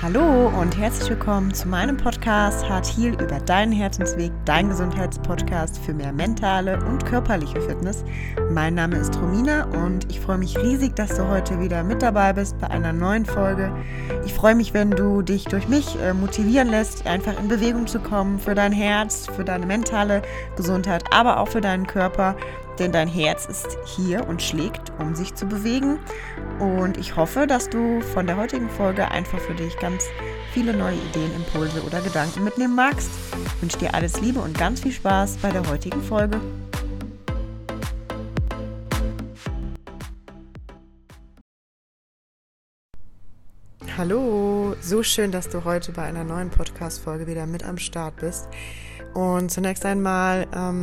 Hallo und herzlich willkommen zu meinem Podcast Hart Heal über deinen Herzensweg, dein Gesundheitspodcast für mehr mentale und körperliche Fitness. Mein Name ist Romina und ich freue mich riesig, dass du heute wieder mit dabei bist bei einer neuen Folge. Ich freue mich, wenn du dich durch mich motivieren lässt, einfach in Bewegung zu kommen für dein Herz, für deine mentale Gesundheit, aber auch für deinen Körper. Denn dein Herz ist hier und schlägt, um sich zu bewegen. Und ich hoffe, dass du von der heutigen Folge einfach für dich ganz viele neue Ideen, Impulse oder Gedanken mitnehmen magst. Ich wünsche dir alles Liebe und ganz viel Spaß bei der heutigen Folge. Hallo, so schön, dass du heute bei einer neuen Podcast-Folge wieder mit am Start bist. Und zunächst einmal,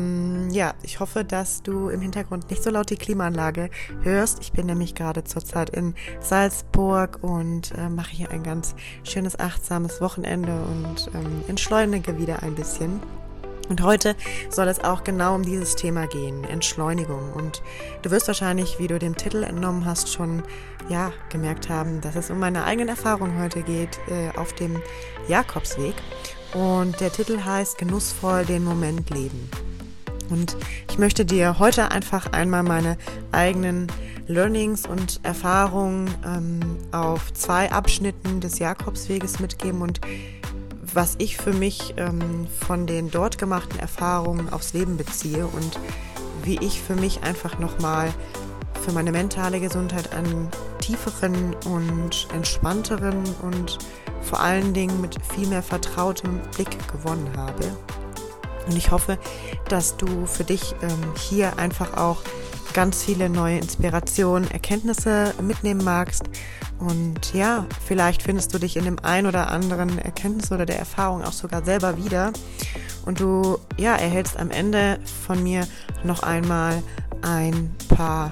ich hoffe, dass du im Hintergrund nicht so laut die Klimaanlage hörst. Ich bin nämlich gerade zurzeit in Salzburg und mache hier ein ganz schönes, achtsames Wochenende und entschleunige wieder ein bisschen. Und heute soll es auch genau um dieses Thema gehen, Entschleunigung. Und du wirst wahrscheinlich, wie du dem Titel entnommen hast, schon gemerkt haben, dass es um meine eigenen Erfahrungen heute geht auf dem Jakobsweg. Und der Titel heißt Genussvoll den Moment leben. Und ich möchte dir heute einfach einmal meine eigenen Learnings und Erfahrungen auf 2 Abschnitten des Jakobsweges mitgeben und was ich für mich von den dort gemachten Erfahrungen aufs Leben beziehe und wie ich für mich einfach nochmal für meine mentale Gesundheit einen tieferen und entspannteren und vor allen Dingen mit viel mehr vertrautem Blick gewonnen habe. Und ich hoffe, dass du für dich hier einfach auch ganz viele neue Inspirationen, Erkenntnisse mitnehmen magst. Und ja, vielleicht findest du dich in dem ein oder anderen Erkenntnis oder der Erfahrung auch sogar selber wieder. Und du erhältst am Ende von mir noch einmal ein paar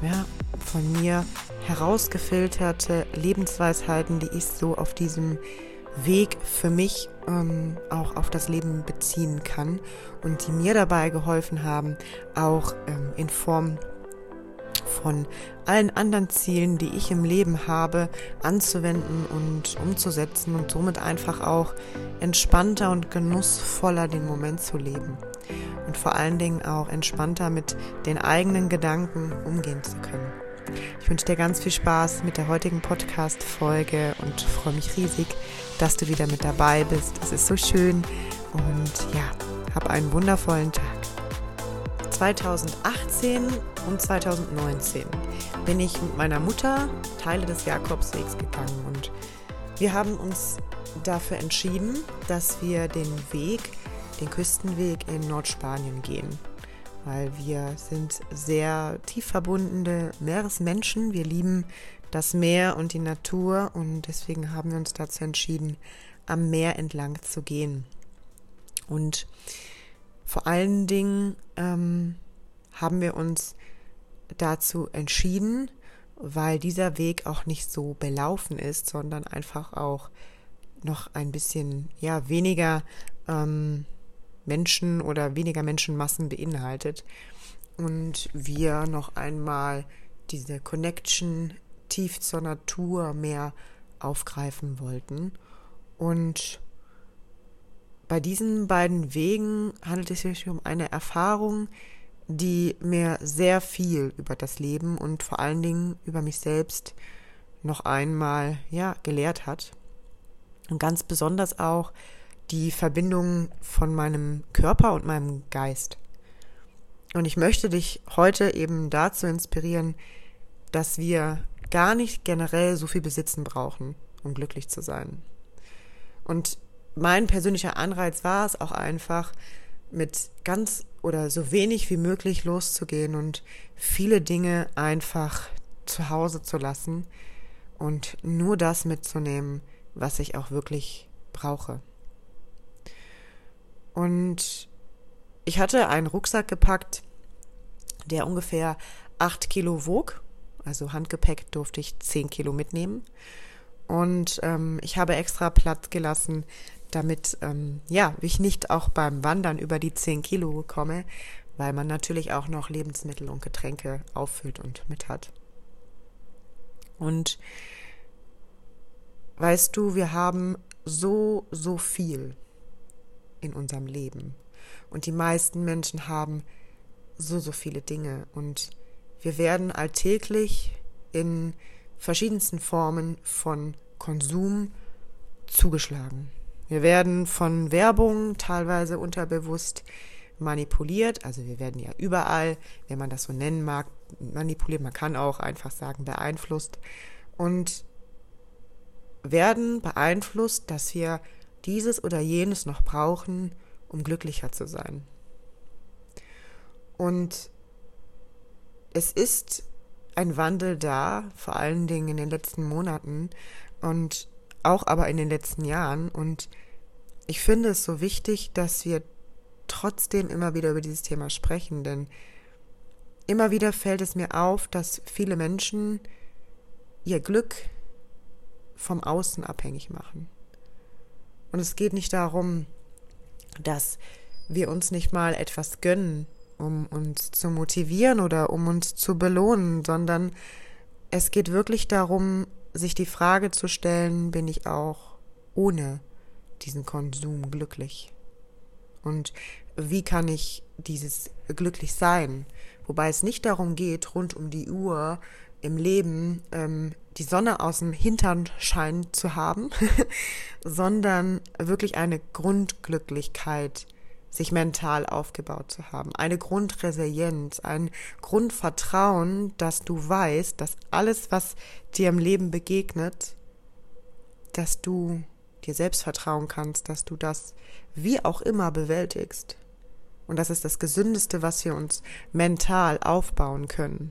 von mir herausgefilterte Lebensweisheiten, die ich so auf diesem Weg für mich auch auf das Leben beziehen kann und die mir dabei geholfen haben, auch in Form von allen anderen Zielen, die ich im Leben habe, anzuwenden und umzusetzen und somit einfach auch entspannter und genussvoller den Moment zu leben und vor allen Dingen auch entspannter mit den eigenen Gedanken umgehen zu können. Ich wünsche dir ganz viel Spaß mit der heutigen Podcast-Folge und freue mich riesig, dass du wieder mit dabei bist. Es ist so schön und hab einen wundervollen Tag. 2018 und 2019 bin ich mit meiner Mutter Teile des Jakobswegs gegangen und wir haben uns dafür entschieden, dass wir den Küstenweg in Nordspanien gehen. Weil wir sind sehr tief verbundene Meeresmenschen. Wir lieben das Meer und die Natur und deswegen haben wir uns dazu entschieden, am Meer entlang zu gehen. Und vor allen Dingen haben wir uns dazu entschieden, weil dieser Weg auch nicht so belaufen ist, sondern einfach auch noch ein bisschen weniger Menschen oder weniger Menschenmassen beinhaltet und wir noch einmal diese Connection tief zur Natur mehr aufgreifen wollten. Und bei diesen beiden Wegen handelt es sich um eine Erfahrung, die mir sehr viel über das Leben und vor allen Dingen über mich selbst noch einmal gelehrt hat. Und ganz besonders auch die Verbindung von meinem Körper und meinem Geist. Und ich möchte dich heute eben dazu inspirieren, dass wir gar nicht generell so viel besitzen brauchen, um glücklich zu sein. Und mein persönlicher Anreiz war es auch einfach, mit ganz oder so wenig wie möglich loszugehen und viele Dinge einfach zu Hause zu lassen und nur das mitzunehmen, was ich auch wirklich brauche. Und ich hatte einen Rucksack gepackt, der ungefähr 8 Kilo wog. Also Handgepäck durfte ich 10 Kilo mitnehmen. Und ich habe extra Platz gelassen, damit ich nicht auch beim Wandern über die 10 Kilo komme, weil man natürlich auch noch Lebensmittel und Getränke auffüllt und mit hat. Und weißt du, wir haben so viel in unserem Leben. Und die meisten Menschen haben so viele Dinge. Und wir werden alltäglich in verschiedensten Formen von Konsum zugeschlagen. Wir werden von Werbung teilweise unterbewusst manipuliert. Also wir werden ja überall, wenn man das so nennen mag, manipuliert. Man kann auch einfach sagen beeinflusst. Und werden beeinflusst, dass wir dieses oder jenes noch brauchen, um glücklicher zu sein. Und es ist ein Wandel da, vor allen Dingen in den letzten Monaten und auch aber in den letzten Jahren. Und ich finde es so wichtig, dass wir trotzdem immer wieder über dieses Thema sprechen, denn immer wieder fällt es mir auf, dass viele Menschen ihr Glück vom Außen abhängig machen. Und es geht nicht darum, dass wir uns nicht mal etwas gönnen, um uns zu motivieren oder um uns zu belohnen, sondern es geht wirklich darum, sich die Frage zu stellen, bin ich auch ohne diesen Konsum glücklich? Und wie kann ich dieses glücklich sein? Wobei es nicht darum geht, rund um die Uhr im Leben die Sonne aus dem Hintern scheinen zu haben, sondern wirklich eine Grundglücklichkeit sich mental aufgebaut zu haben. Eine Grundresilienz, ein Grundvertrauen, dass du weißt, dass alles, was dir im Leben begegnet, dass du dir selbst vertrauen kannst, dass du das wie auch immer bewältigst. Und das ist das Gesündeste, was wir uns mental aufbauen können.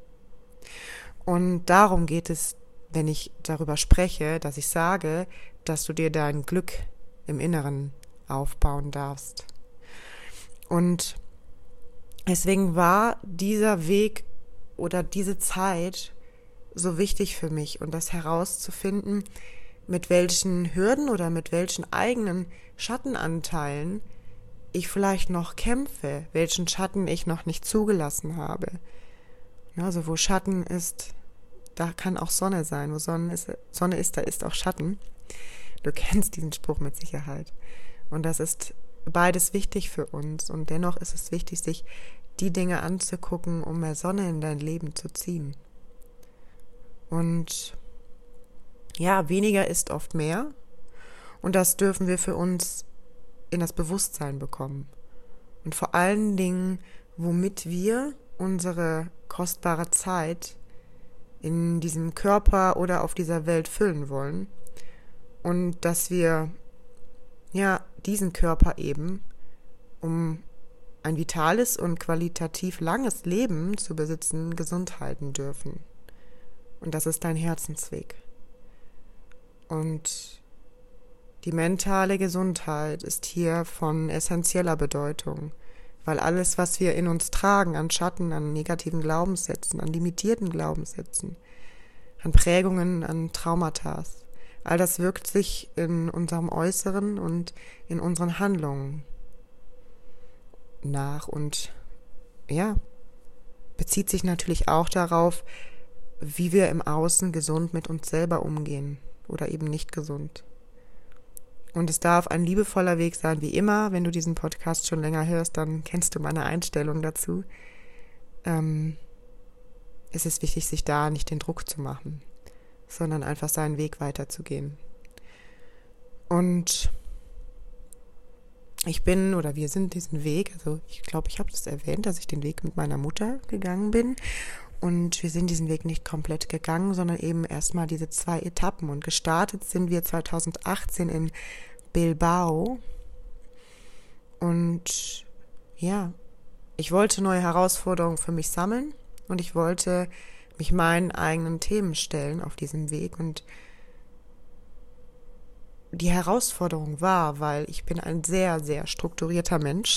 Und darum geht es, wenn ich darüber spreche, dass ich sage, dass du dir dein Glück im Inneren aufbauen darfst. Und deswegen war dieser Weg oder diese Zeit so wichtig für mich und das herauszufinden, mit welchen Hürden oder mit welchen eigenen Schattenanteilen ich vielleicht noch kämpfe, welchen Schatten ich noch nicht zugelassen habe. Also wo Schatten ist, da kann auch Sonne sein. Wo Sonne ist, da ist auch Schatten. Du kennst diesen Spruch mit Sicherheit. Und das ist beides wichtig für uns. Und dennoch ist es wichtig, sich die Dinge anzugucken, um mehr Sonne in dein Leben zu ziehen. Und ja, weniger ist oft mehr. Und das dürfen wir für uns in das Bewusstsein bekommen. Und vor allen Dingen, womit wir unsere kostbare Zeit in diesem Körper oder auf dieser Welt füllen wollen und dass wir diesen Körper eben, um ein vitales und qualitativ langes Leben zu besitzen, gesund halten dürfen. Und das ist dein Herzensweg. Und die mentale Gesundheit ist hier von essentieller Bedeutung, weil alles, was wir in uns tragen, an Schatten, an negativen Glaubenssätzen, an limitierten Glaubenssätzen, an Prägungen, an Traumata, all das wirkt sich in unserem Äußeren und in unseren Handlungen nach und bezieht sich natürlich auch darauf, wie wir im Außen gesund mit uns selber umgehen oder eben nicht gesund. Und es darf ein liebevoller Weg sein, wie immer. Wenn du diesen Podcast schon länger hörst, dann kennst du meine Einstellung dazu. Es ist wichtig, sich da nicht den Druck zu machen, sondern einfach seinen Weg weiterzugehen. Und wir sind diesen Weg, also ich glaube, ich habe das erwähnt, dass ich den Weg mit meiner Mutter gegangen bin. Und wir sind diesen Weg nicht komplett gegangen, sondern eben erstmal diese 2 Etappen. Und gestartet sind wir 2018 in Bilbao. Und ich wollte neue Herausforderungen für mich sammeln und ich wollte mich meinen eigenen Themen stellen auf diesem Weg. Und die Herausforderung war, weil ich bin ein sehr, sehr strukturierter Mensch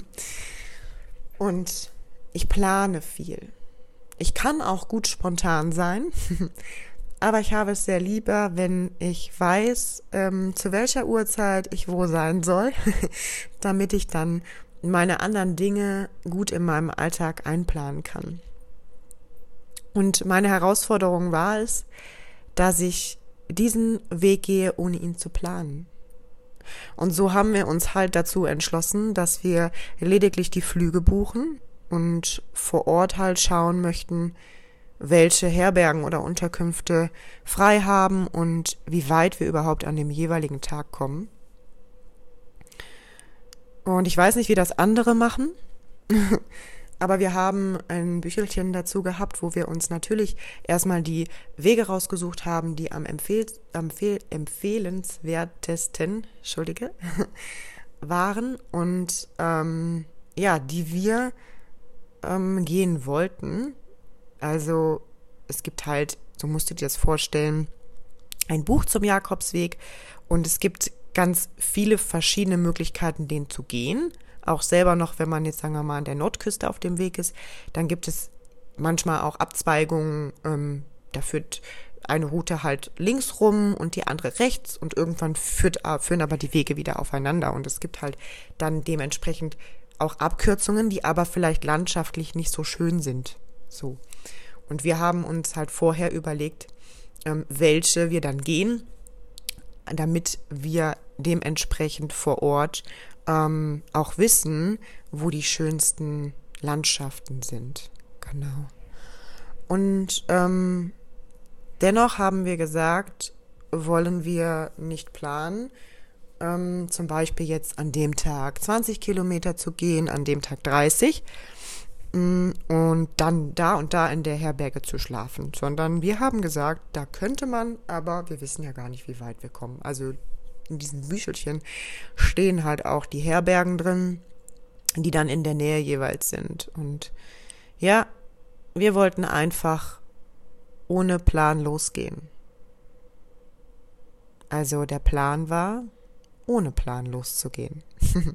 und ich plane viel. Ich kann auch gut spontan sein, aber ich habe es sehr lieber, wenn ich weiß, zu welcher Uhrzeit ich wo sein soll, damit ich dann meine anderen Dinge gut in meinem Alltag einplanen kann. Und meine Herausforderung war es, dass ich diesen Weg gehe, ohne ihn zu planen. Und so haben wir uns halt dazu entschlossen, dass wir lediglich die Flüge buchen und vor Ort halt schauen möchten, welche Herbergen oder Unterkünfte frei haben und wie weit wir überhaupt an dem jeweiligen Tag kommen. Und ich weiß nicht, wie das andere machen, aber wir haben ein Büchelchen dazu gehabt, wo wir uns natürlich erstmal die Wege rausgesucht haben, die am empfehlenswertesten, waren und die wir gehen wollten. Also es gibt halt, so musst du dir das vorstellen, ein Buch zum Jakobsweg und es gibt ganz viele verschiedene Möglichkeiten, den zu gehen. Auch selber noch, wenn man jetzt, sagen wir mal, an der Nordküste auf dem Weg ist, dann gibt es manchmal auch Abzweigungen. Da führt eine Route halt links rum und die andere rechts und irgendwann führen aber die Wege wieder aufeinander. Und es gibt halt dann dementsprechend auch Abkürzungen, die aber vielleicht landschaftlich nicht so schön sind. So. Und wir haben uns halt vorher überlegt, welche wir dann gehen, damit wir dementsprechend vor Ort auch wissen, wo die schönsten Landschaften sind. Genau. Und dennoch haben wir gesagt, wollen wir nicht planen, zum Beispiel jetzt an dem Tag 20 Kilometer zu gehen, an dem Tag 30 und dann da und da in der Herberge zu schlafen, sondern wir haben gesagt, da könnte man, aber wir wissen ja gar nicht, wie weit wir kommen. Also in diesen Büchelchen stehen halt auch die Herbergen drin, die dann in der Nähe jeweils sind. Und ja, wir wollten einfach ohne Plan losgehen. Also der Plan war, ohne Plan loszugehen.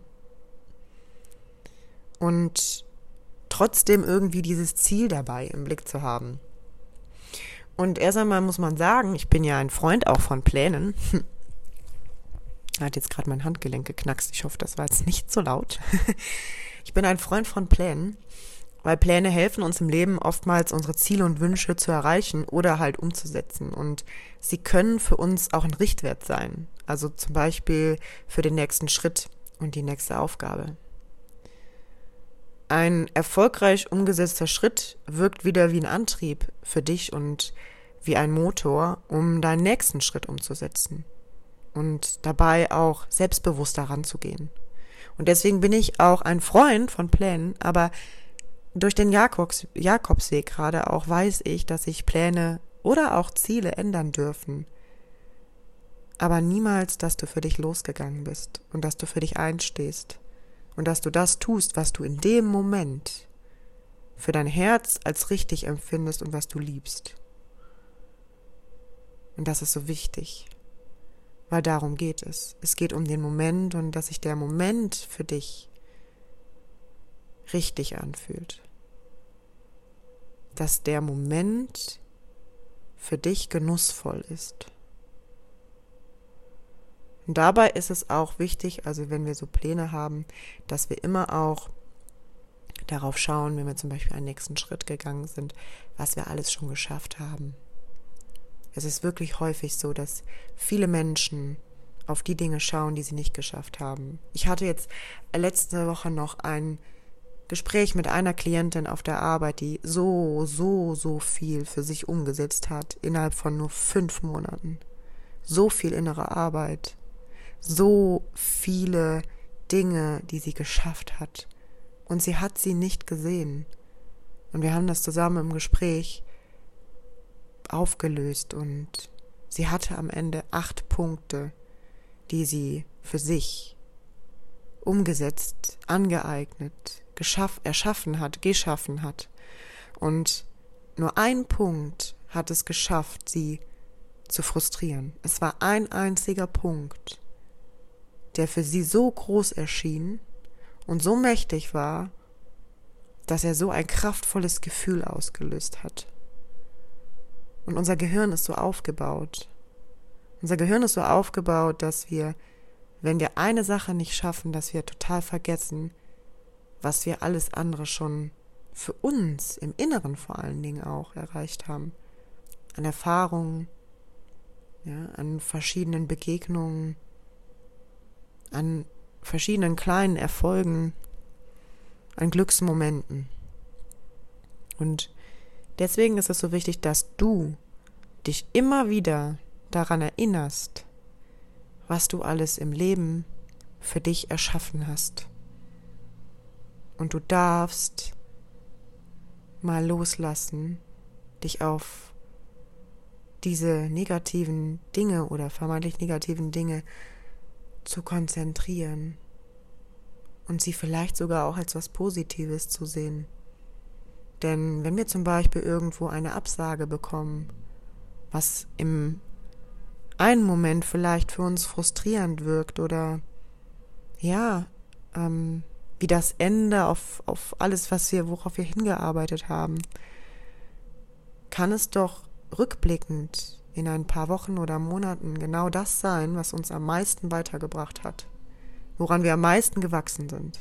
Und trotzdem irgendwie dieses Ziel dabei im Blick zu haben. Und erst einmal muss man sagen, ich bin ja ein Freund auch von Plänen. Hat jetzt gerade mein Handgelenk geknackst. Ich hoffe, das war jetzt nicht so laut. Ich bin ein Freund von Plänen, weil Pläne helfen uns im Leben oftmals, unsere Ziele und Wünsche zu erreichen oder halt umzusetzen. Und sie können für uns auch ein Richtwert sein. Also zum Beispiel für den nächsten Schritt und die nächste Aufgabe. Ein erfolgreich umgesetzter Schritt wirkt wieder wie ein Antrieb für dich und wie ein Motor, um deinen nächsten Schritt umzusetzen. Und dabei auch selbstbewusst daran zu gehen. Und deswegen bin ich auch ein Freund von Plänen, aber durch den Jakobsweg gerade auch weiß ich, dass sich Pläne oder auch Ziele ändern dürfen. Aber niemals, dass du für dich losgegangen bist und dass du für dich einstehst und dass du das tust, was du in dem Moment für dein Herz als richtig empfindest und was du liebst. Und das ist so wichtig. Weil darum geht es. Es geht um den Moment und dass sich der Moment für dich richtig anfühlt. Dass der Moment für dich genussvoll ist. Und dabei ist es auch wichtig, also wenn wir so Pläne haben, dass wir immer auch darauf schauen, wenn wir zum Beispiel einen nächsten Schritt gegangen sind, was wir alles schon geschafft haben. Es ist wirklich häufig so, dass viele Menschen auf die Dinge schauen, die sie nicht geschafft haben. Ich hatte jetzt letzte Woche noch ein Gespräch mit einer Klientin auf der Arbeit, die so viel für sich umgesetzt hat, innerhalb von nur 5 Monaten. So viel innere Arbeit, so viele Dinge, die sie geschafft hat. Und sie hat sie nicht gesehen. Und wir haben das zusammen im Gespräch aufgelöst und sie hatte am Ende 8 Punkte, die sie für sich umgesetzt, angeeignet, geschaffen hat. Und nur ein Punkt hat es geschafft, sie zu frustrieren. Es war ein einziger Punkt, der für sie so groß erschien und so mächtig war, dass er so ein kraftvolles Gefühl ausgelöst hat. Und unser Gehirn ist so aufgebaut. Unser Gehirn ist so aufgebaut, dass wir, wenn wir eine Sache nicht schaffen, dass wir total vergessen, was wir alles andere schon für uns, im Inneren vor allen Dingen auch, erreicht haben. An Erfahrungen, ja, an verschiedenen Begegnungen, an verschiedenen kleinen Erfolgen, an Glücksmomenten. Und deswegen ist es so wichtig, dass du dich immer wieder daran erinnerst, was du alles im Leben für dich erschaffen hast. Und du darfst mal loslassen, dich auf diese negativen Dinge oder vermeintlich negativen Dinge zu konzentrieren und sie vielleicht sogar auch als was Positives zu sehen. Denn wenn wir zum Beispiel irgendwo eine Absage bekommen, was im einen Moment vielleicht für uns frustrierend wirkt oder ja, wie das Ende auf alles, worauf wir hingearbeitet haben, kann es doch rückblickend in ein paar Wochen oder Monaten genau das sein, was uns am meisten weitergebracht hat, woran wir am meisten gewachsen sind.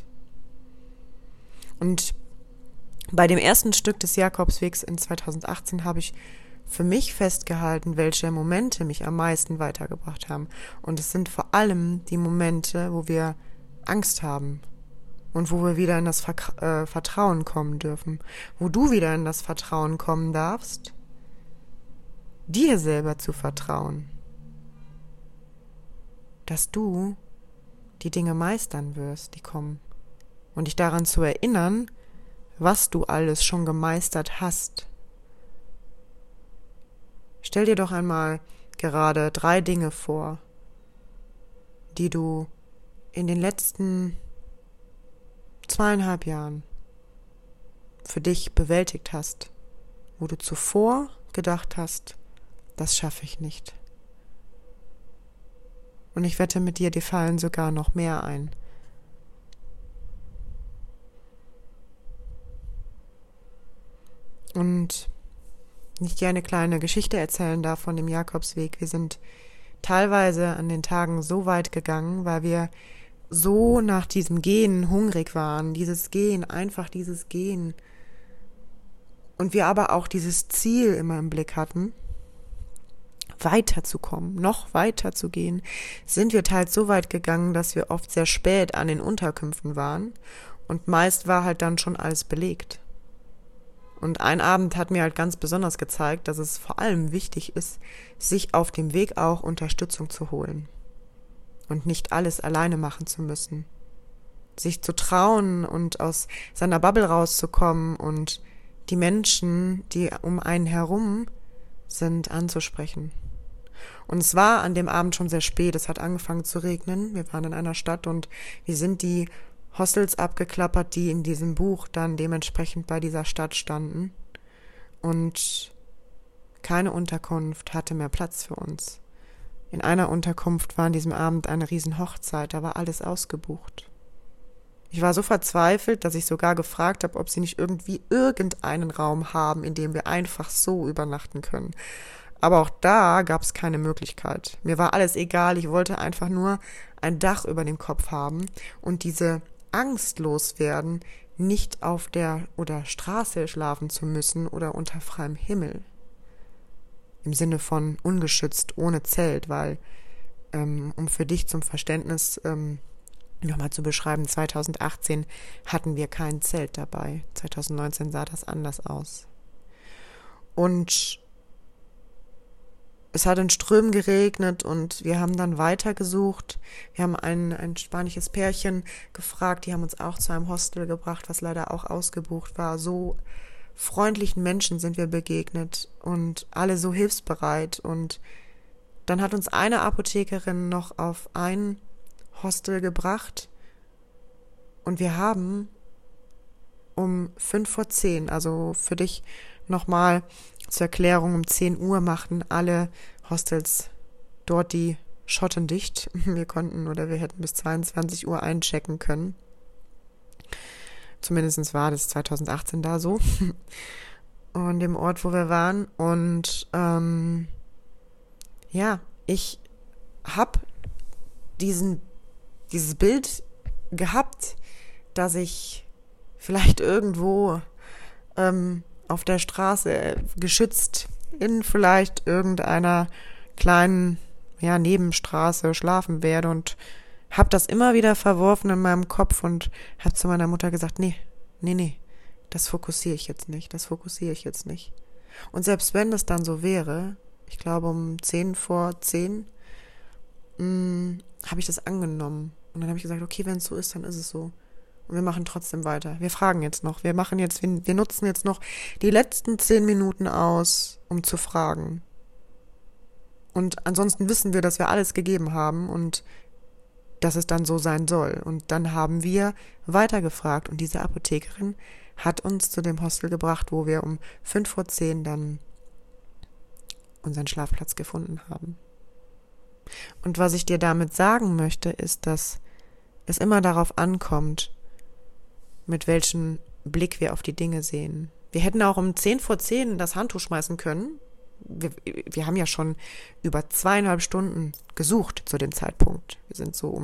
Und bei dem ersten Stück des Jakobswegs in 2018 habe ich für mich festgehalten, welche Momente mich am meisten weitergebracht haben. Und es sind vor allem die Momente, wo wir Angst haben und wo wir wieder in das Vertrauen kommen dürfen, wo du wieder in das Vertrauen kommen darfst, dir selber zu vertrauen, dass du die Dinge meistern wirst, die kommen, und dich daran zu erinnern, was du alles schon gemeistert hast. Stell dir doch einmal gerade 3 Dinge vor, die du in den letzten 2,5 Jahren für dich bewältigt hast, wo du zuvor gedacht hast, das schaffe ich nicht. Und ich wette mit dir, dir fallen sogar noch mehr ein. Und ich dir eine kleine Geschichte erzählen darf von dem Jakobsweg. Wir sind teilweise an den Tagen so weit gegangen, weil wir so nach diesem Gehen hungrig waren. Dieses Gehen, einfach dieses Gehen. Und wir aber auch dieses Ziel immer im Blick hatten, weiterzukommen, noch weiter zu gehen, sind wir teils so weit gegangen, dass wir oft sehr spät an den Unterkünften waren. Und meist war halt dann schon alles belegt. Und ein Abend hat mir halt ganz besonders gezeigt, dass es vor allem wichtig ist, sich auf dem Weg auch Unterstützung zu holen und nicht alles alleine machen zu müssen. Sich zu trauen und aus seiner Bubble rauszukommen und die Menschen, die um einen herum sind, anzusprechen. Und es war an dem Abend schon sehr spät, es hat angefangen zu regnen, wir waren in einer Stadt und wir sind die Hostels abgeklappert, die in diesem Buch dann dementsprechend bei dieser Stadt standen. Und keine Unterkunft hatte mehr Platz für uns. In einer Unterkunft war an diesem Abend eine riesen Hochzeit, da war alles ausgebucht. Ich war so verzweifelt, dass ich sogar gefragt habe, ob sie nicht irgendwie irgendeinen Raum haben, in dem wir einfach so übernachten können. Aber auch da gab es keine Möglichkeit. Mir war alles egal, ich wollte einfach nur ein Dach über dem Kopf haben und diese Angst loswerden, nicht auf der oder Straße schlafen zu müssen oder unter freiem Himmel. Im Sinne von ungeschützt, ohne Zelt, weil, um für dich zum Verständnis nochmal zu beschreiben, 2018 hatten wir kein Zelt dabei. 2019 sah das anders aus. Und es hat in Strömen geregnet und wir haben dann weitergesucht. Wir haben ein spanisches Pärchen gefragt, die haben uns auch zu einem Hostel gebracht, was leider auch ausgebucht war. So freundlichen Menschen sind wir begegnet und alle so hilfsbereit. Und dann hat uns eine Apothekerin noch auf ein Hostel gebracht und wir haben um 5:10, also für dich nochmal zur Erklärung, um 10 Uhr machten alle Hostels dort die Schotten dicht. Wir hätten bis 22 Uhr einchecken können. Zumindest war das 2018 da so. Und dem Ort, wo wir waren. Und ich habe dieses Bild gehabt, dass ich vielleicht irgendwo auf der Straße geschützt in vielleicht irgendeiner kleinen, Nebenstraße schlafen werde und habe das immer wieder verworfen in meinem Kopf und habe zu meiner Mutter gesagt, nee, das fokussiere ich jetzt nicht. Und selbst wenn das dann so wäre, ich glaube um 10:10, habe ich das angenommen. Und dann habe ich gesagt, okay, wenn es so ist, dann ist es so. Und wir machen trotzdem weiter. Wir fragen jetzt noch. Wir nutzen jetzt noch die letzten 10 Minuten aus, um zu fragen. Und ansonsten wissen wir, dass wir alles gegeben haben und dass es dann so sein soll. Und dann haben wir weitergefragt. Und diese Apothekerin hat uns zu dem Hostel gebracht, wo wir um 5:10 dann unseren Schlafplatz gefunden haben. Und was ich dir damit sagen möchte, ist, dass es immer darauf ankommt, mit welchem Blick wir auf die Dinge sehen. Wir hätten auch um 10:10 das Handtuch schmeißen können. Wir haben ja schon über 2,5 Stunden gesucht zu dem Zeitpunkt. Wir sind so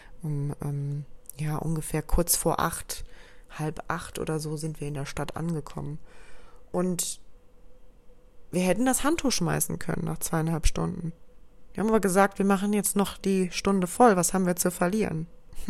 ungefähr kurz vor 8, 7:30 oder so sind wir in der Stadt angekommen. Und wir hätten das Handtuch schmeißen können nach 2,5 Stunden. Wir haben aber gesagt, wir machen jetzt noch die Stunde voll. Was haben wir zu verlieren?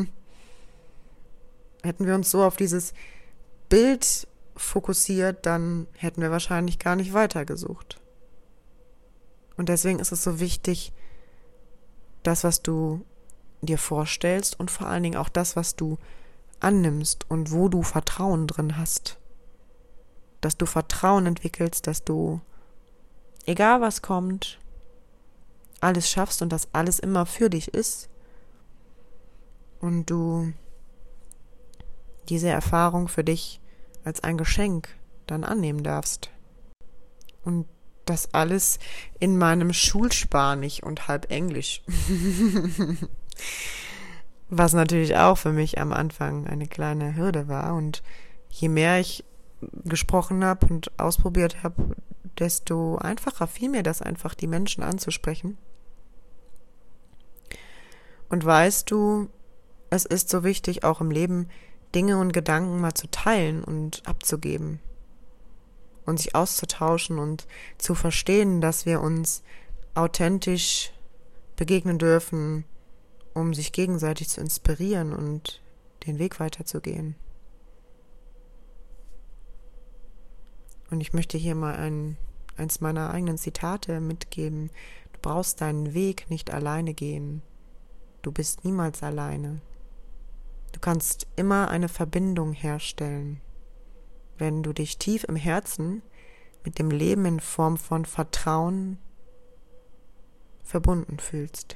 Hätten wir uns so auf dieses Bild fokussiert, dann hätten wir wahrscheinlich gar nicht weitergesucht. Und deswegen ist es so wichtig, das, was du dir vorstellst und vor allen Dingen auch das, was du annimmst und wo du Vertrauen drin hast. Dass du Vertrauen entwickelst, dass du, egal was kommt, alles schaffst und dass alles immer für dich ist und du diese Erfahrung für dich als ein Geschenk dann annehmen darfst. Und das alles in meinem Schulspanisch und halb Englisch. Was natürlich auch für mich am Anfang eine kleine Hürde war. Und je mehr ich gesprochen habe und ausprobiert habe, desto einfacher fiel mir das einfach, die Menschen anzusprechen. Und weißt du, es ist so wichtig, auch im Leben Dinge und Gedanken mal zu teilen und abzugeben. Und sich auszutauschen und zu verstehen, dass wir uns authentisch begegnen dürfen, um sich gegenseitig zu inspirieren und den Weg weiterzugehen. Und ich möchte hier mal eins meiner eigenen Zitate mitgeben. Du brauchst deinen Weg nicht alleine gehen. Du bist niemals alleine. Du kannst immer eine Verbindung herstellen, wenn du dich tief im Herzen mit dem Leben in Form von Vertrauen verbunden fühlst.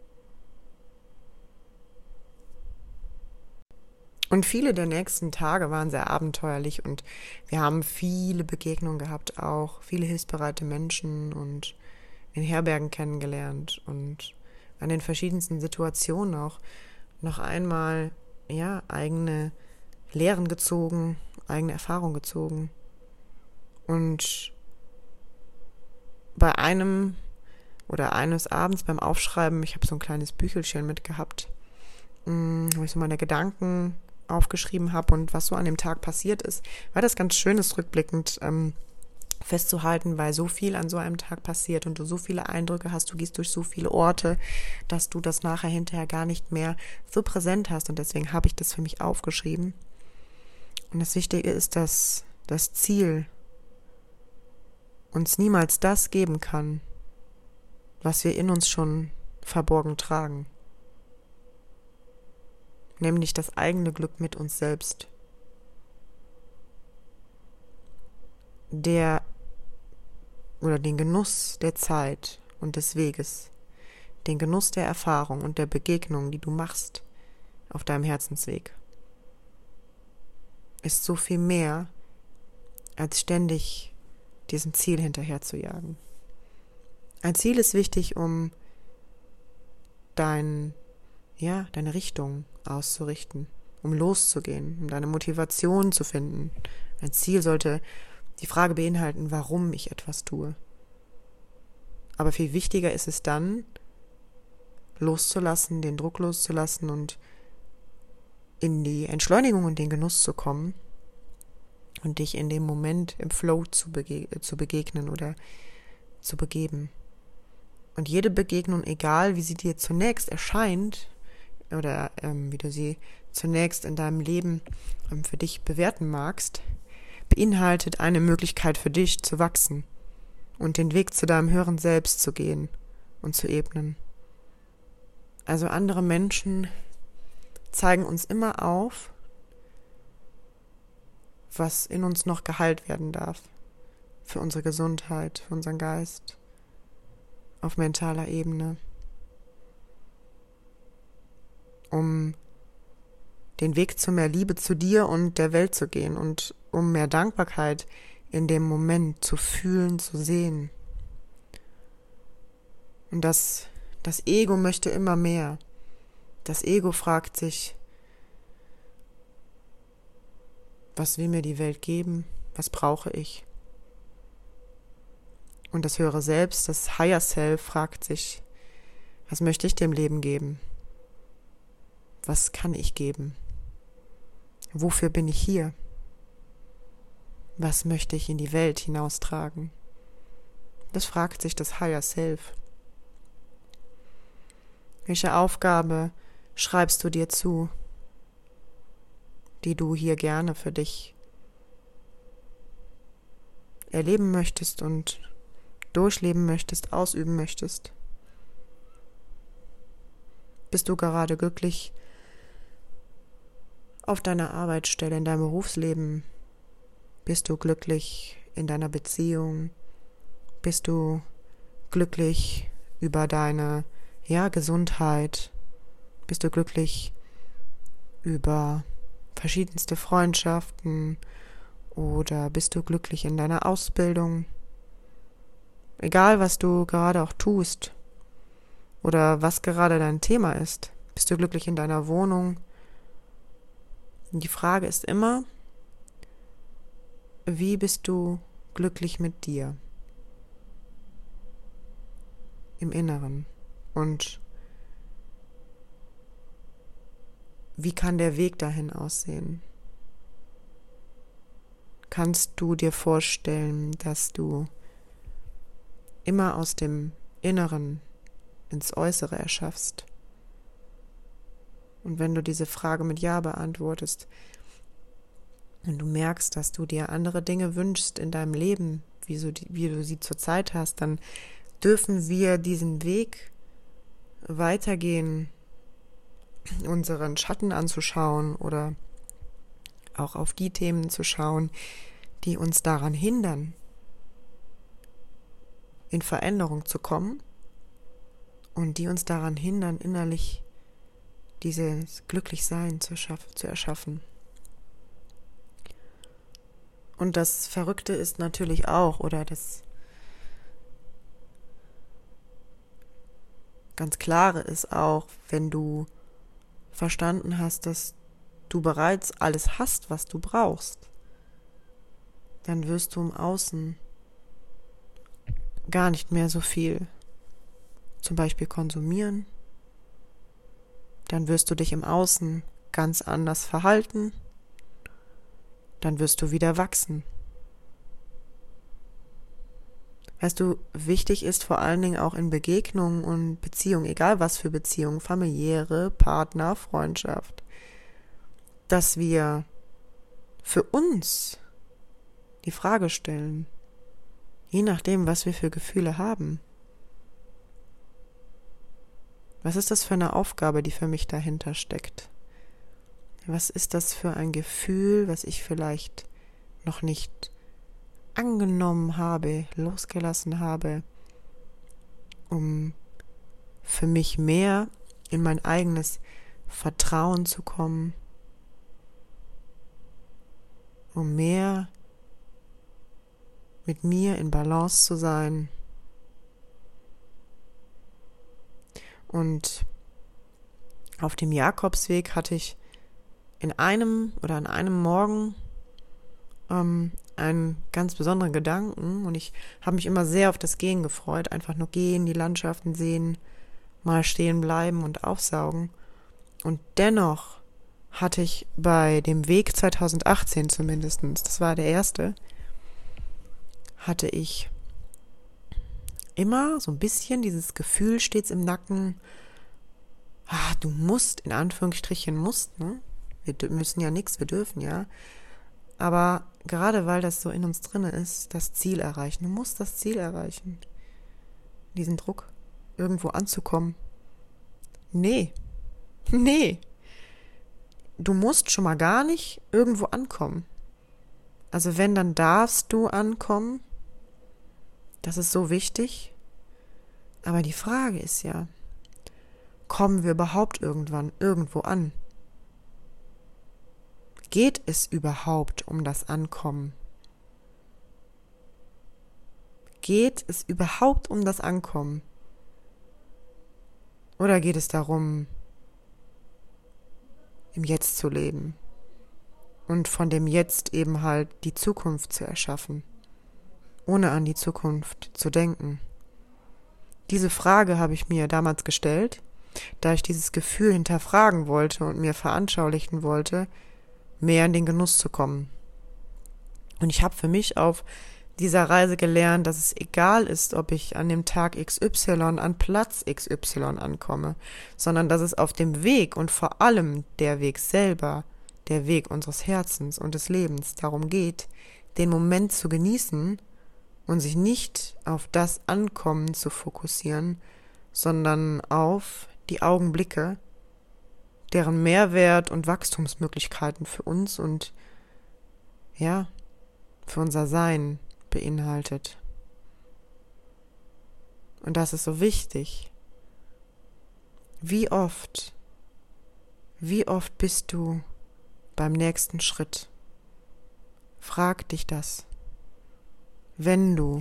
Und viele der nächsten Tage waren sehr abenteuerlich und wir haben viele Begegnungen gehabt, auch viele hilfsbereite Menschen und in Herbergen kennengelernt und an den verschiedensten Situationen auch noch einmal eigene Lehren gezogen, eigene Erfahrungen gezogen. Und bei eines Abends beim Aufschreiben, ich habe so ein kleines Büchelchen mitgehabt, wo ich so meine Gedanken aufgeschrieben habe und was so an dem Tag passiert ist, war das ganz schön, das rückblickend festzuhalten, weil so viel an so einem Tag passiert und du so viele Eindrücke hast, du gehst durch so viele Orte, dass du das hinterher gar nicht mehr so präsent hast und deswegen habe ich das für mich aufgeschrieben. Und das Wichtige ist, dass das Ziel uns niemals das geben kann, was wir in uns schon verborgen tragen. Nämlich das eigene Glück mit uns selbst. Den Genuss der Zeit und des Weges, den Genuss der Erfahrung und der Begegnung, die du machst auf deinem Herzensweg, ist so viel mehr, als ständig diesem Ziel hinterher zu jagen. Ein Ziel ist wichtig, um deine Richtung auszurichten, um loszugehen, um deine Motivation zu finden. Ein Ziel sollte die Frage beinhalten, warum ich etwas tue. Aber viel wichtiger ist es dann, loszulassen, den Druck loszulassen und in die Entschleunigung und den Genuss zu kommen und dich in dem Moment im Flow zu begegnen oder zu begeben. Und jede Begegnung, egal wie sie dir zunächst erscheint oder wie du sie zunächst in deinem Leben für dich bewerten magst, beinhaltet eine Möglichkeit für dich zu wachsen und den Weg zu deinem höheren Selbst zu gehen und zu ebnen. Also andere Menschen zeigen uns immer auf, was in uns noch geheilt werden darf. Für unsere Gesundheit, für unseren Geist, auf mentaler Ebene. Um den Weg zu mehr Liebe zu dir und der Welt zu gehen und um mehr Dankbarkeit in dem Moment zu fühlen, zu sehen. Und das Ego möchte immer mehr. Das Ego fragt sich, was will mir die Welt geben? Was brauche ich? Und das höhere Selbst, das Higher Self, fragt sich, was möchte ich dem Leben geben? Was kann ich geben? Wofür bin ich hier? Was möchte ich in die Welt hinaustragen? Das fragt sich das Higher Self. Welche Aufgabe schreibst du dir zu, die du hier gerne für dich erleben möchtest und durchleben möchtest, ausüben möchtest? Bist du gerade glücklich auf deiner Arbeitsstelle, in deinem Berufsleben? Bist du glücklich in deiner Beziehung? Bist du glücklich über deine Gesundheit? Bist du glücklich über verschiedenste Freundschaften? Oder bist du glücklich in deiner Ausbildung? Egal, was du gerade auch tust oder was gerade dein Thema ist, bist du glücklich in deiner Wohnung? Und die Frage ist immer, wie bist du glücklich mit dir im Inneren? Und wie kann der Weg dahin aussehen? Kannst du dir vorstellen, dass du immer aus dem Inneren ins Äußere erschaffst? Und wenn du diese Frage mit Ja beantwortest und du merkst, dass du dir andere Dinge wünschst in deinem Leben, wie du sie zurzeit hast, dann dürfen wir diesen Weg weitergehen, unseren Schatten anzuschauen oder auch auf die Themen zu schauen, die uns daran hindern, in Veränderung zu kommen und die uns daran hindern, innerlich dieses Glücklichsein zu erschaffen. Und das Verrückte ist natürlich auch, oder das ganz Klare ist auch, wenn du verstanden hast, dass du bereits alles hast, was du brauchst, dann wirst du im Außen gar nicht mehr so viel zum Beispiel konsumieren. Dann wirst du dich im Außen ganz anders verhalten. Dann wirst du wieder wachsen. Weißt du, wichtig ist vor allen Dingen auch in Begegnungen und Beziehungen, egal was für Beziehungen, familiäre, Partner, Freundschaft, dass wir für uns die Frage stellen, je nachdem, was wir für Gefühle haben. Was ist das für eine Aufgabe, die für mich dahinter steckt? Was ist das für ein Gefühl, was ich vielleicht noch nicht angenommen habe, losgelassen habe, um für mich mehr in mein eigenes Vertrauen zu kommen, um mehr mit mir in Balance zu sein. Und auf dem Jakobsweg hatte ich an einem Morgen einen ganz besonderen Gedanken und ich habe mich immer sehr auf das Gehen gefreut, einfach nur gehen, die Landschaften sehen, mal stehen bleiben und aufsaugen. Und dennoch hatte ich bei dem Weg 2018 zumindest, das war der erste, hatte ich immer so ein bisschen dieses Gefühl stets im Nacken, du musst, in Anführungsstrichen musst, ne? Wir müssen ja nichts, wir dürfen ja. Aber gerade weil das so in uns drin ist, das Ziel erreichen. Du musst das Ziel erreichen. Diesen Druck, irgendwo anzukommen. Nee. Du musst schon mal gar nicht irgendwo ankommen. Also wenn, dann darfst du ankommen. Das ist so wichtig. Aber die Frage ist ja, kommen wir überhaupt irgendwann irgendwo an? Geht es überhaupt um das Ankommen? Geht es überhaupt um das Ankommen? Oder geht es darum, im Jetzt zu leben und von dem Jetzt eben halt die Zukunft zu erschaffen, ohne an die Zukunft zu denken? Diese Frage habe ich mir damals gestellt, da ich dieses Gefühl hinterfragen wollte und mir veranschaulichen wollte, mehr in den Genuss zu kommen. Und ich habe für mich auf dieser Reise gelernt, dass es egal ist, ob ich an dem Tag XY an Platz XY ankomme, sondern dass es auf dem Weg und vor allem der Weg selber, der Weg unseres Herzens und des Lebens darum geht, den Moment zu genießen und sich nicht auf das Ankommen zu fokussieren, sondern auf die Augenblicke, deren Mehrwert und Wachstumsmöglichkeiten für uns und für unser Sein beinhaltet. Und das ist so wichtig. Wie oft bist du beim nächsten Schritt? Frag dich das. Wenn du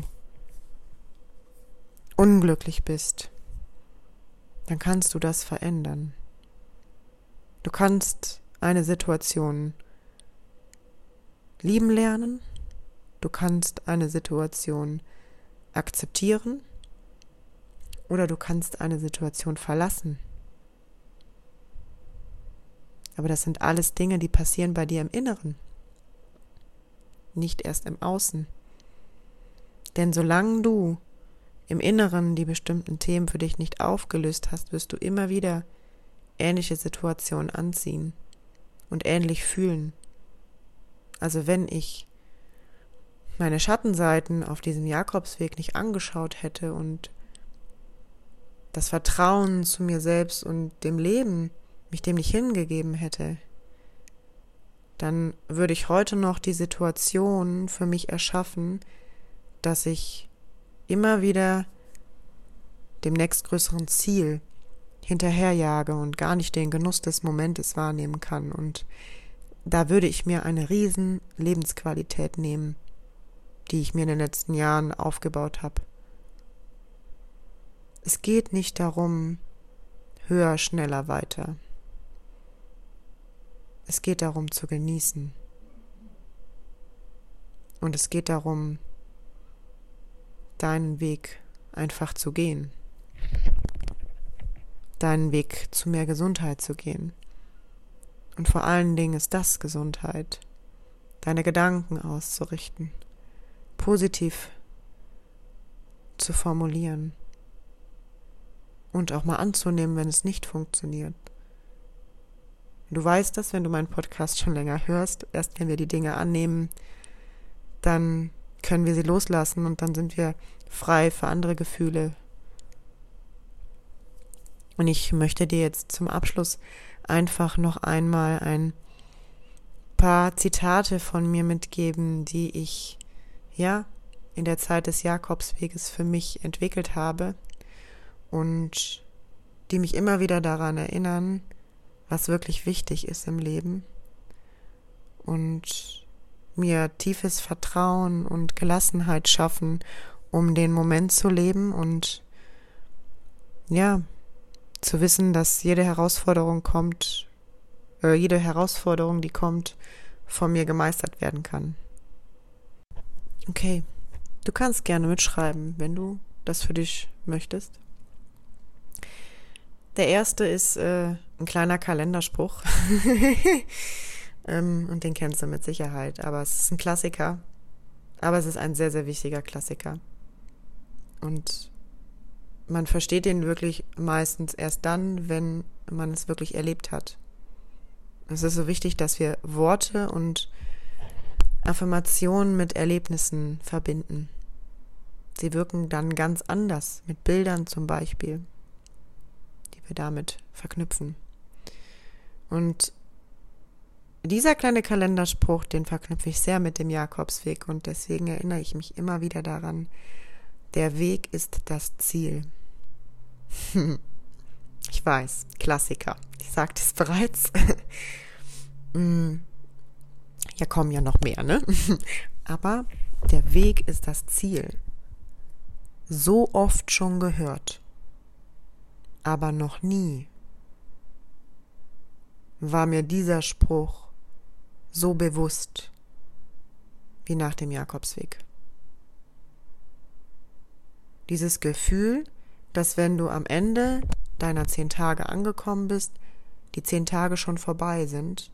unglücklich bist, dann kannst du das verändern. Du kannst eine Situation lieben lernen, du kannst eine Situation akzeptieren oder du kannst eine Situation verlassen. Aber das sind alles Dinge, die passieren bei dir im Inneren, nicht erst im Außen. Denn solange du im Inneren die bestimmten Themen für dich nicht aufgelöst hast, wirst du immer wieder ähnliche Situationen anziehen und ähnlich fühlen. Also wenn ich meine Schattenseiten auf diesem Jakobsweg nicht angeschaut hätte und das Vertrauen zu mir selbst und dem Leben mich dem nicht hingegeben hätte, dann würde ich heute noch die Situation für mich erschaffen, dass ich immer wieder dem nächstgrößeren Ziel hinterherjage und gar nicht den Genuss des Momentes wahrnehmen kann. Und da würde ich mir eine riesen Lebensqualität nehmen, die ich mir in den letzten Jahren aufgebaut habe. Es geht nicht darum, höher, schneller, weiter. Es geht darum zu genießen. Und es geht darum, deinen Weg einfach zu gehen. Deinen Weg zu mehr Gesundheit zu gehen. Und vor allen Dingen ist das Gesundheit, deine Gedanken auszurichten, positiv zu formulieren und auch mal anzunehmen, wenn es nicht funktioniert. Du weißt das, wenn du meinen Podcast schon länger hörst, erst wenn wir die Dinge annehmen, dann können wir sie loslassen und dann sind wir frei für andere Gefühle. Und ich möchte dir jetzt zum Abschluss einfach noch einmal ein paar Zitate von mir mitgeben, die ich in der Zeit des Jakobsweges für mich entwickelt habe und die mich immer wieder daran erinnern, was wirklich wichtig ist im Leben und mir tiefes Vertrauen und Gelassenheit schaffen, um den Moment zu leben und zu wissen, dass jede Herausforderung, die kommt, von mir gemeistert werden kann. Okay, du kannst gerne mitschreiben, wenn du das für dich möchtest. Der erste ist ein kleiner Kalenderspruch und den kennst du mit Sicherheit, aber es ist ein Klassiker, aber es ist ein sehr, sehr wichtiger Klassiker. Und man versteht den wirklich meistens erst dann, wenn man es wirklich erlebt hat. Es ist so wichtig, dass wir Worte und Affirmationen mit Erlebnissen verbinden. Sie wirken dann ganz anders, mit Bildern zum Beispiel, die wir damit verknüpfen. Und dieser kleine Kalenderspruch, den verknüpfe ich sehr mit dem Jakobsweg und deswegen erinnere ich mich immer wieder daran, der Weg ist das Ziel. Ich weiß, Klassiker. Ich sagte es bereits. Ja, kommen ja noch mehr, ne? Aber der Weg ist das Ziel. So oft schon gehört, aber noch nie war mir dieser Spruch so bewusst wie nach dem Jakobsweg. Dieses Gefühl, dass wenn du am Ende deiner 10 Tage angekommen bist, die 10 Tage schon vorbei sind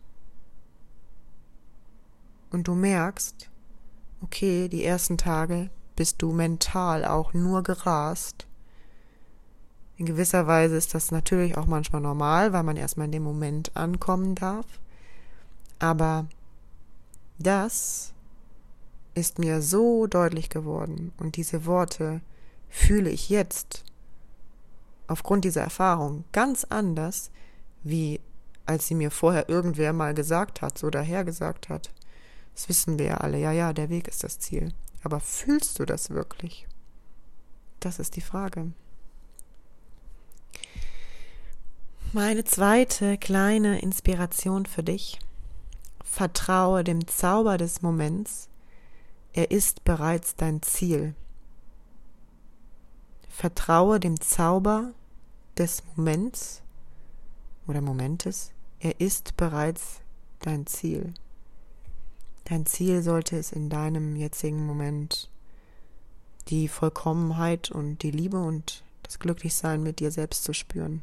und du merkst, okay, die ersten Tage bist du mental auch nur gerast. In gewisser Weise ist das natürlich auch manchmal normal, weil man erstmal in dem Moment ankommen darf. Aber das ist mir so deutlich geworden und diese Worte fühle ich jetzt aufgrund dieser Erfahrung ganz anders, wie als sie mir vorher irgendwer mal gesagt hat, so dahergesagt hat. Das wissen wir ja alle, ja, der Weg ist das Ziel. Aber fühlst du das wirklich? Das ist die Frage. Meine zweite kleine Inspiration für dich. Vertraue dem Zauber des Moments. Er ist bereits dein Ziel. Vertraue dem Zauber des Moments oder Momentes. Er ist bereits dein Ziel. Dein Ziel sollte es in deinem jetzigen Moment die Vollkommenheit und die Liebe und das Glücklichsein mit dir selbst zu spüren.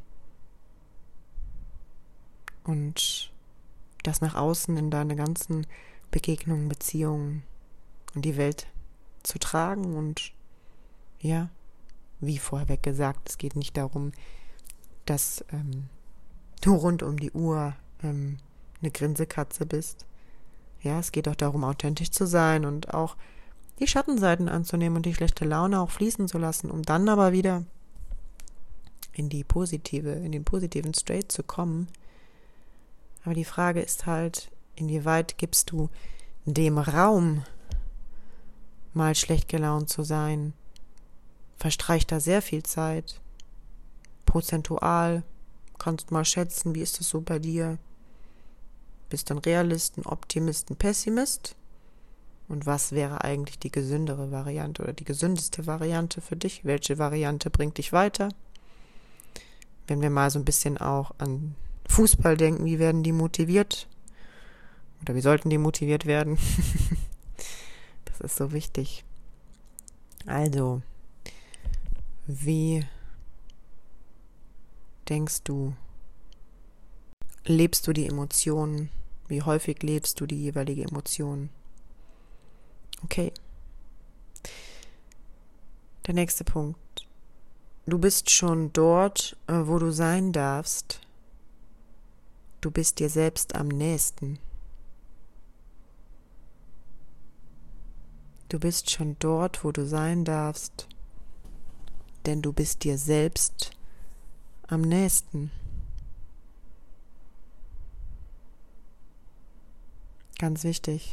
Und das nach außen in deine ganzen Begegnungen, Beziehungen und die Welt zu tragen. Und ja, wie vorweg gesagt, es geht nicht darum, dass du rund um die Uhr eine Grinsekatze bist. Ja, es geht auch darum, authentisch zu sein und auch die Schattenseiten anzunehmen und die schlechte Laune auch fließen zu lassen, um dann aber wieder in den positiven State zu kommen. Aber die Frage ist halt, inwieweit gibst du dem Raum, mal schlecht gelaunt zu sein? Verstreicht da sehr viel Zeit? Prozentual? Kannst mal schätzen, wie ist es so bei dir? Bist du ein Realist, ein Optimist, ein Pessimist? Und was wäre eigentlich die gesündere Variante oder die gesündeste Variante für dich? Welche Variante bringt dich weiter? Wenn wir mal so ein bisschen auch an Fußball denken, wie werden die motiviert? Oder wie sollten die motiviert werden? Das ist so wichtig. Also, wie denkst du, lebst du die Emotionen? Wie häufig lebst du die jeweilige Emotion? Okay. Der nächste Punkt. Du bist schon dort, wo du sein darfst. Du bist dir selbst am nächsten. Du bist schon dort, wo du sein darfst, denn du bist dir selbst am nächsten. Ganz wichtig.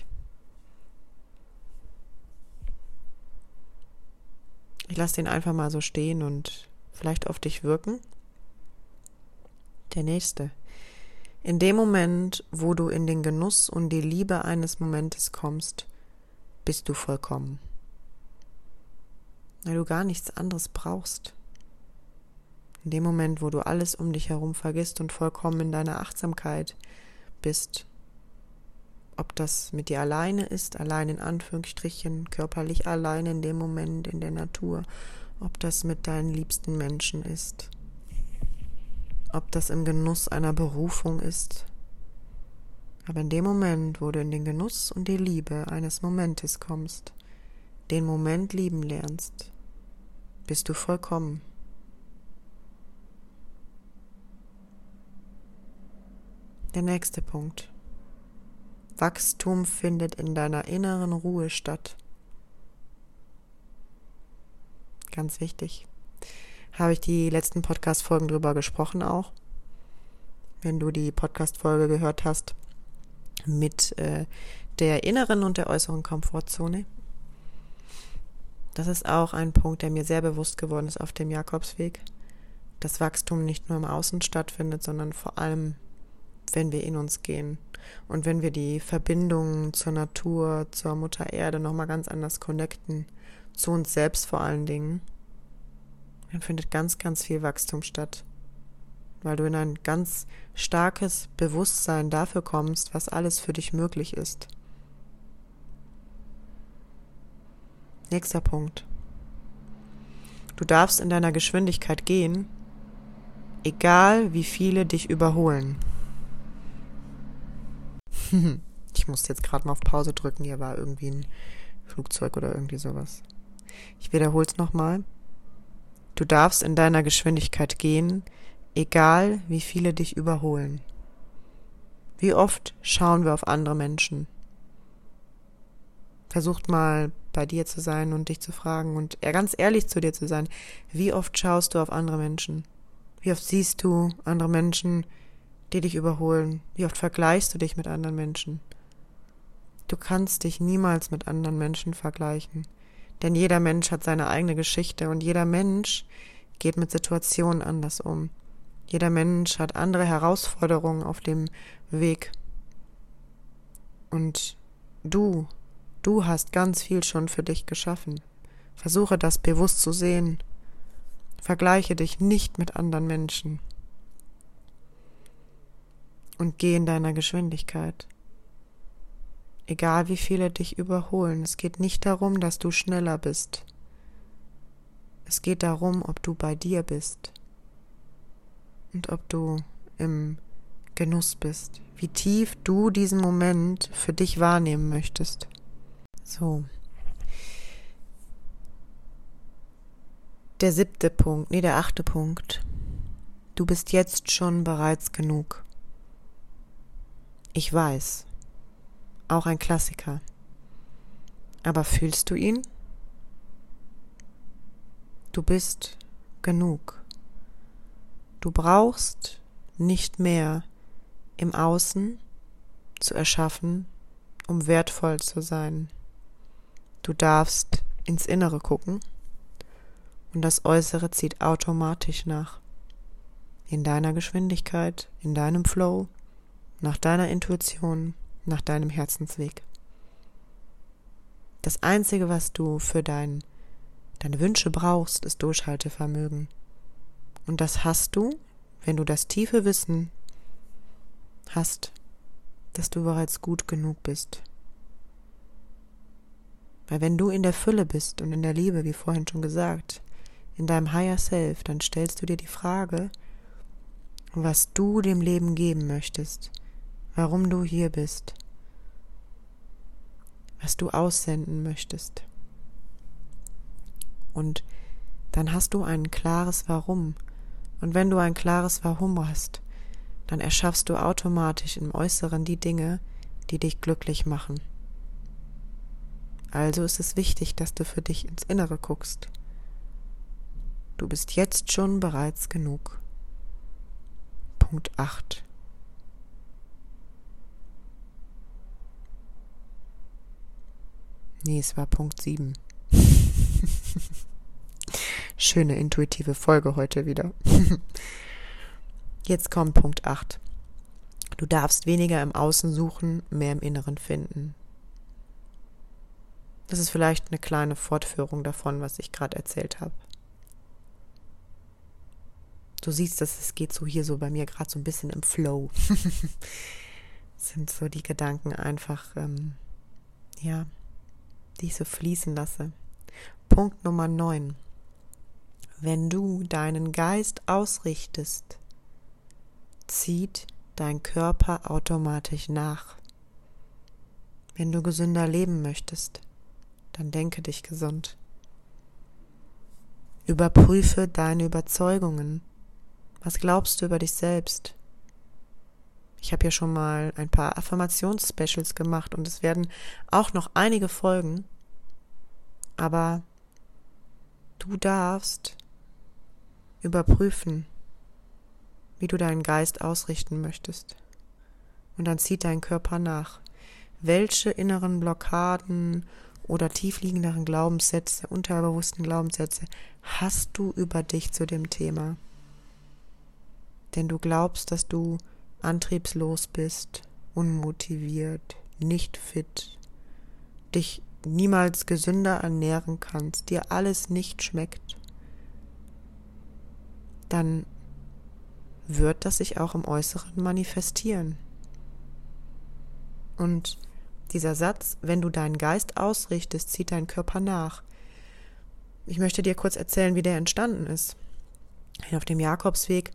Ich lasse den einfach mal so stehen und vielleicht auf dich wirken. Der nächste. In dem Moment, wo du in den Genuss und die Liebe eines Momentes kommst, bist du vollkommen. Weil du gar nichts anderes brauchst. In dem Moment, wo du alles um dich herum vergisst und vollkommen in deiner Achtsamkeit bist, ob das mit dir alleine ist, allein in Anführungsstrichen, körperlich alleine in dem Moment in der Natur, ob das mit deinen liebsten Menschen ist, ob das im Genuss einer Berufung ist. Aber in dem Moment, wo du in den Genuss und die Liebe eines Momentes kommst, den Moment lieben lernst, bist du vollkommen. Der nächste Punkt. Wachstum findet in deiner inneren Ruhe statt. Ganz wichtig. Habe ich die letzten Podcast-Folgen drüber gesprochen auch. Wenn du die Podcast-Folge gehört hast mit der inneren und der äußeren Komfortzone. Das ist auch ein Punkt, der mir sehr bewusst geworden ist auf dem Jakobsweg. Dass Wachstum nicht nur im Außen stattfindet, sondern vor allem, wenn wir in uns gehen. Und wenn wir die Verbindung zur Natur, zur Mutter Erde nochmal ganz anders connecten, zu uns selbst vor allen Dingen, dann findet ganz, ganz viel Wachstum statt. Weil du in ein ganz starkes Bewusstsein dafür kommst, was alles für dich möglich ist. Nächster Punkt. Du darfst in deiner Geschwindigkeit gehen, egal wie viele dich überholen. Ich musste jetzt gerade mal auf Pause drücken, hier war irgendwie ein Flugzeug oder irgendwie sowas. Ich wiederhole es nochmal. Du darfst in deiner Geschwindigkeit gehen, egal wie viele dich überholen. Wie oft schauen wir auf andere Menschen? Versucht mal bei dir zu sein und dich zu fragen und ganz ehrlich zu dir zu sein. Wie oft schaust du auf andere Menschen? Wie oft siehst du andere Menschen, die dich überholen? Wie oft vergleichst du dich mit anderen Menschen? Du kannst dich niemals mit anderen Menschen vergleichen. Denn jeder Mensch hat seine eigene Geschichte und jeder Mensch geht mit Situationen anders um. Jeder Mensch hat andere Herausforderungen auf dem Weg. Und du hast ganz viel schon für dich geschaffen. Versuche das bewusst zu sehen. Vergleiche dich nicht mit anderen Menschen. Und geh in deiner Geschwindigkeit. Egal wie viele dich überholen, es geht nicht darum, dass du schneller bist. Es geht darum, ob du bei dir bist. Und ob du im Genuss bist. Wie tief du diesen Moment für dich wahrnehmen möchtest. So. Der 8. Punkt. Du bist jetzt schon bereits genug. Ich weiß. Auch ein Klassiker. Aber fühlst du ihn? Du bist genug. Du brauchst nicht mehr im Außen zu erschaffen, um wertvoll zu sein. Du darfst ins Innere gucken und das Äußere zieht automatisch nach. In deiner Geschwindigkeit, in deinem Flow, nach deiner Intuition, nach deinem Herzensweg. Das Einzige, was du für deine Wünsche brauchst, ist Durchhaltevermögen. Und das hast du, wenn du das tiefe Wissen hast, dass du bereits gut genug bist. Weil wenn du in der Fülle bist und in der Liebe, wie vorhin schon gesagt, in deinem Higher Self, dann stellst du dir die Frage, was du dem Leben geben möchtest, warum du hier bist, was du aussenden möchtest. Und dann hast du ein klares Warum. Und wenn du ein klares Warum hast, dann erschaffst du automatisch im Äußeren die Dinge, die dich glücklich machen. Also ist es wichtig, dass du für dich ins Innere guckst. Du bist jetzt schon bereits genug. Punkt 8. Nee, es war Punkt 7. Schöne intuitive Folge heute wieder. Jetzt kommt Punkt 8. Du darfst weniger im Außen suchen, mehr im Inneren finden. Das ist vielleicht eine kleine Fortführung davon, was ich gerade erzählt habe. Du siehst, dass es geht so hier so bei mir gerade so ein bisschen im Flow. Das sind so die Gedanken einfach, die ich so fließen lasse. Punkt Nummer 9. Wenn du deinen Geist ausrichtest, zieht dein Körper automatisch nach. Wenn du gesünder leben möchtest, dann denke dich gesund. Überprüfe deine Überzeugungen. Was glaubst du über dich selbst? Ich habe ja schon mal ein paar Affirmations-Specials gemacht und es werden auch noch einige folgen, aber du darfst überprüfen, wie du deinen Geist ausrichten möchtest. Und dann zieht dein Körper nach. Welche inneren Blockaden oder tiefliegenderen Glaubenssätze, unterbewussten Glaubenssätze hast du über dich zu dem Thema? Denn du glaubst, dass du antriebslos bist, unmotiviert, nicht fit, dich niemals gesünder ernähren kannst, dir alles nicht schmeckt, dann wird das sich auch im Äußeren manifestieren. Und dieser Satz, wenn du deinen Geist ausrichtest, zieht dein Körper nach. Ich möchte dir kurz erzählen, wie der entstanden ist. Auf dem Jakobsweg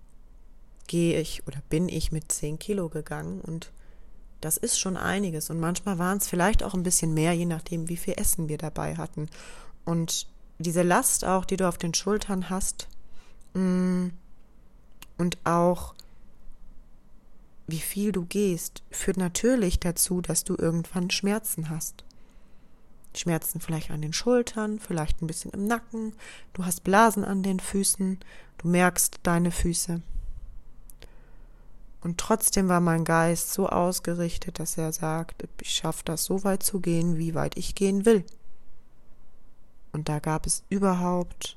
bin ich mit 10 Kilo gegangen und das ist schon einiges. Und manchmal waren es vielleicht auch ein bisschen mehr, je nachdem, wie viel Essen wir dabei hatten. Und diese Last auch, die du auf den Schultern hast, und auch wie viel du gehst, führt natürlich dazu, dass du irgendwann Schmerzen hast. Schmerzen vielleicht an den Schultern, vielleicht ein bisschen im Nacken, du hast Blasen an den Füßen, du merkst deine Füße. Und trotzdem war mein Geist so ausgerichtet, dass er sagt, ich schaffe das so weit zu gehen, wie weit ich gehen will. Und da gab es überhaupt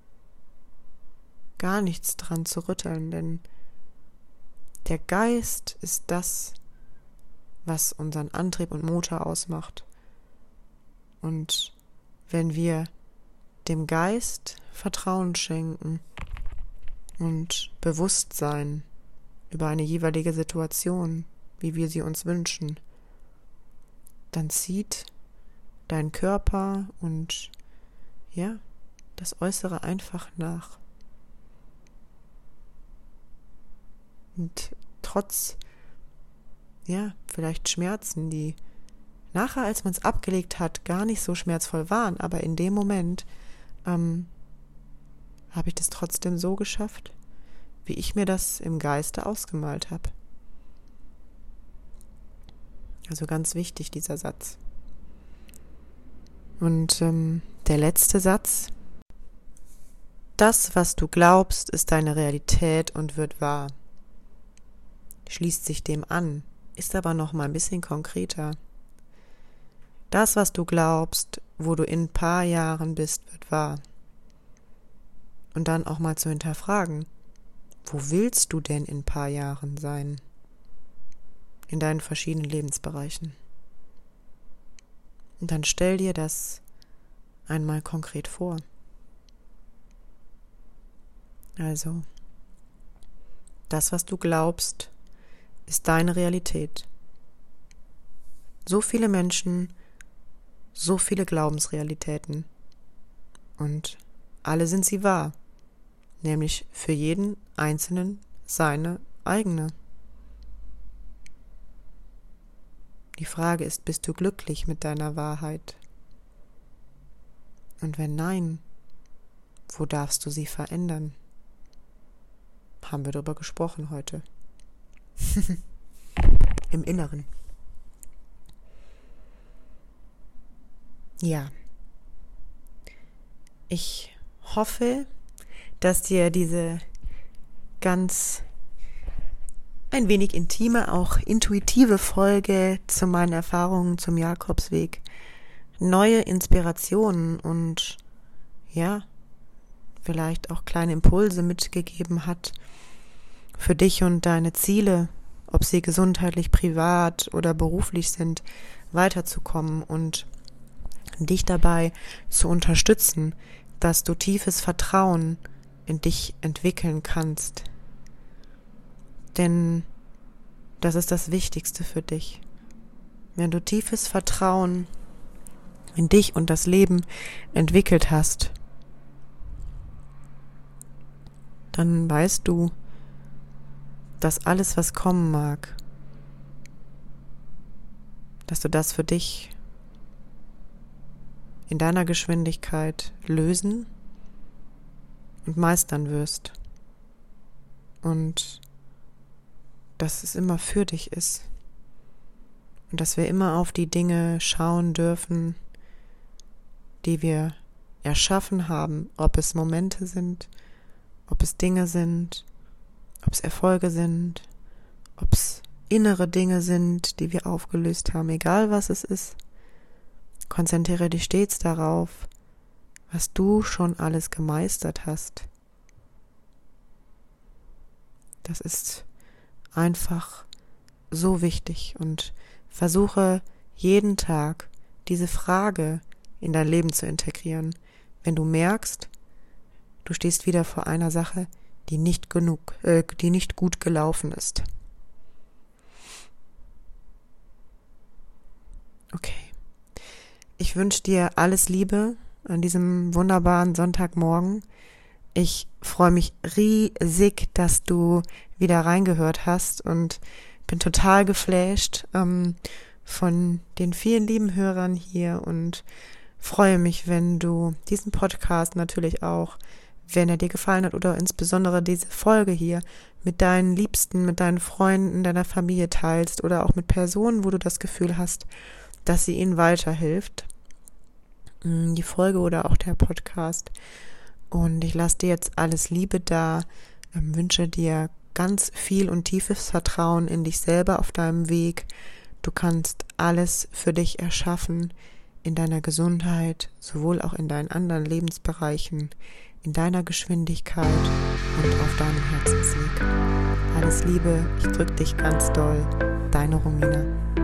gar nichts dran zu rütteln, denn der Geist ist das, was unseren Antrieb und Motor ausmacht. Und wenn wir dem Geist Vertrauen schenken und Bewusstsein über eine jeweilige Situation, wie wir sie uns wünschen, dann zieht dein Körper und das Äußere einfach nach. Und trotz, vielleicht Schmerzen, die nachher, als man es abgelegt hat, gar nicht so schmerzvoll waren, aber in dem Moment habe ich das trotzdem so geschafft, wie ich mir das im Geiste ausgemalt habe. Also ganz wichtig, dieser Satz. Und der letzte Satz: Das, was du glaubst, ist deine Realität und wird wahr. Schließt sich dem an, ist aber noch mal ein bisschen konkreter. Das, was du glaubst, wo du in ein paar Jahren bist, wird wahr. Und dann auch mal zu hinterfragen, wo willst du denn in ein paar Jahren sein? In deinen verschiedenen Lebensbereichen. Und dann stell dir das einmal konkret vor. Also, das, was du glaubst, ist deine Realität. So viele Menschen, so viele Glaubensrealitäten. Und alle sind sie wahr. Nämlich für jeden Einzelnen seine eigene. Die Frage ist, bist du glücklich mit deiner Wahrheit? Und wenn nein, wo darfst du sie verändern? Haben wir darüber gesprochen heute. Im Inneren. Ja. Ich hoffe, dass dir diese ganz ein wenig intime, auch intuitive Folge zu meinen Erfahrungen zum Jakobsweg neue Inspirationen und vielleicht auch kleine Impulse mitgegeben hat für dich und deine Ziele, ob sie gesundheitlich, privat oder beruflich sind, weiterzukommen und dich dabei zu unterstützen, dass du tiefes Vertrauen in dich entwickeln kannst. Denn das ist das Wichtigste für dich. Wenn du tiefes Vertrauen in dich und das Leben entwickelt hast, dann weißt du, dass alles, was kommen mag, dass du das für dich in deiner Geschwindigkeit lösen und meistern wirst. Und dass es immer für dich ist. Und dass wir immer auf die Dinge schauen dürfen, die wir erschaffen haben, ob es Momente sind, ob es Dinge sind, ob es Erfolge sind, ob es innere Dinge sind, die wir aufgelöst haben, egal was es ist. Konzentriere dich stets darauf, was du schon alles gemeistert hast. Das ist einfach so wichtig und versuche jeden Tag diese Frage in dein Leben zu integrieren, wenn du merkst, du stehst wieder vor einer Sache, die nicht gut gelaufen ist. Okay. Ich wünsche dir alles Liebe an diesem wunderbaren Sonntagmorgen. Ich freue mich riesig, dass du wieder reingehört hast und bin total geflasht von den vielen lieben Hörern hier und freue mich, wenn du diesen Podcast natürlich auch, wenn er dir gefallen hat oder insbesondere diese Folge hier mit deinen Liebsten, mit deinen Freunden, deiner Familie teilst oder auch mit Personen, wo du das Gefühl hast, dass sie ihnen weiterhilft. Die Folge oder auch der Podcast. Und ich lasse dir jetzt alles Liebe da, wünsche dir ganz viel und tiefes Vertrauen in dich selber auf deinem Weg. Du kannst alles für dich erschaffen, in deiner Gesundheit, sowohl auch in deinen anderen Lebensbereichen, in deiner Geschwindigkeit und auf deinem Herzensweg. Alles Liebe, ich drücke dich ganz doll, deine Romina.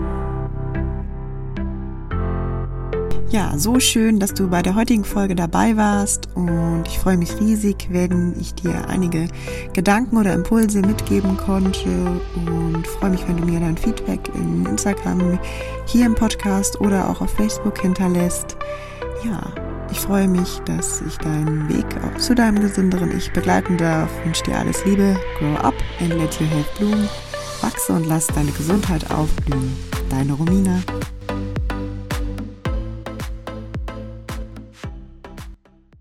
Ja, so schön, dass du bei der heutigen Folge dabei warst und ich freue mich riesig, wenn ich dir einige Gedanken oder Impulse mitgeben konnte und freue mich, wenn du mir dein Feedback in Instagram, hier im Podcast oder auch auf Facebook hinterlässt. Ja, ich freue mich, dass ich deinen Weg auch zu deinem gesünderen Ich begleiten darf. Ich wünsche dir alles Liebe, grow up and let your health bloom. Wachse und lass deine Gesundheit aufblühen. Deine Romina.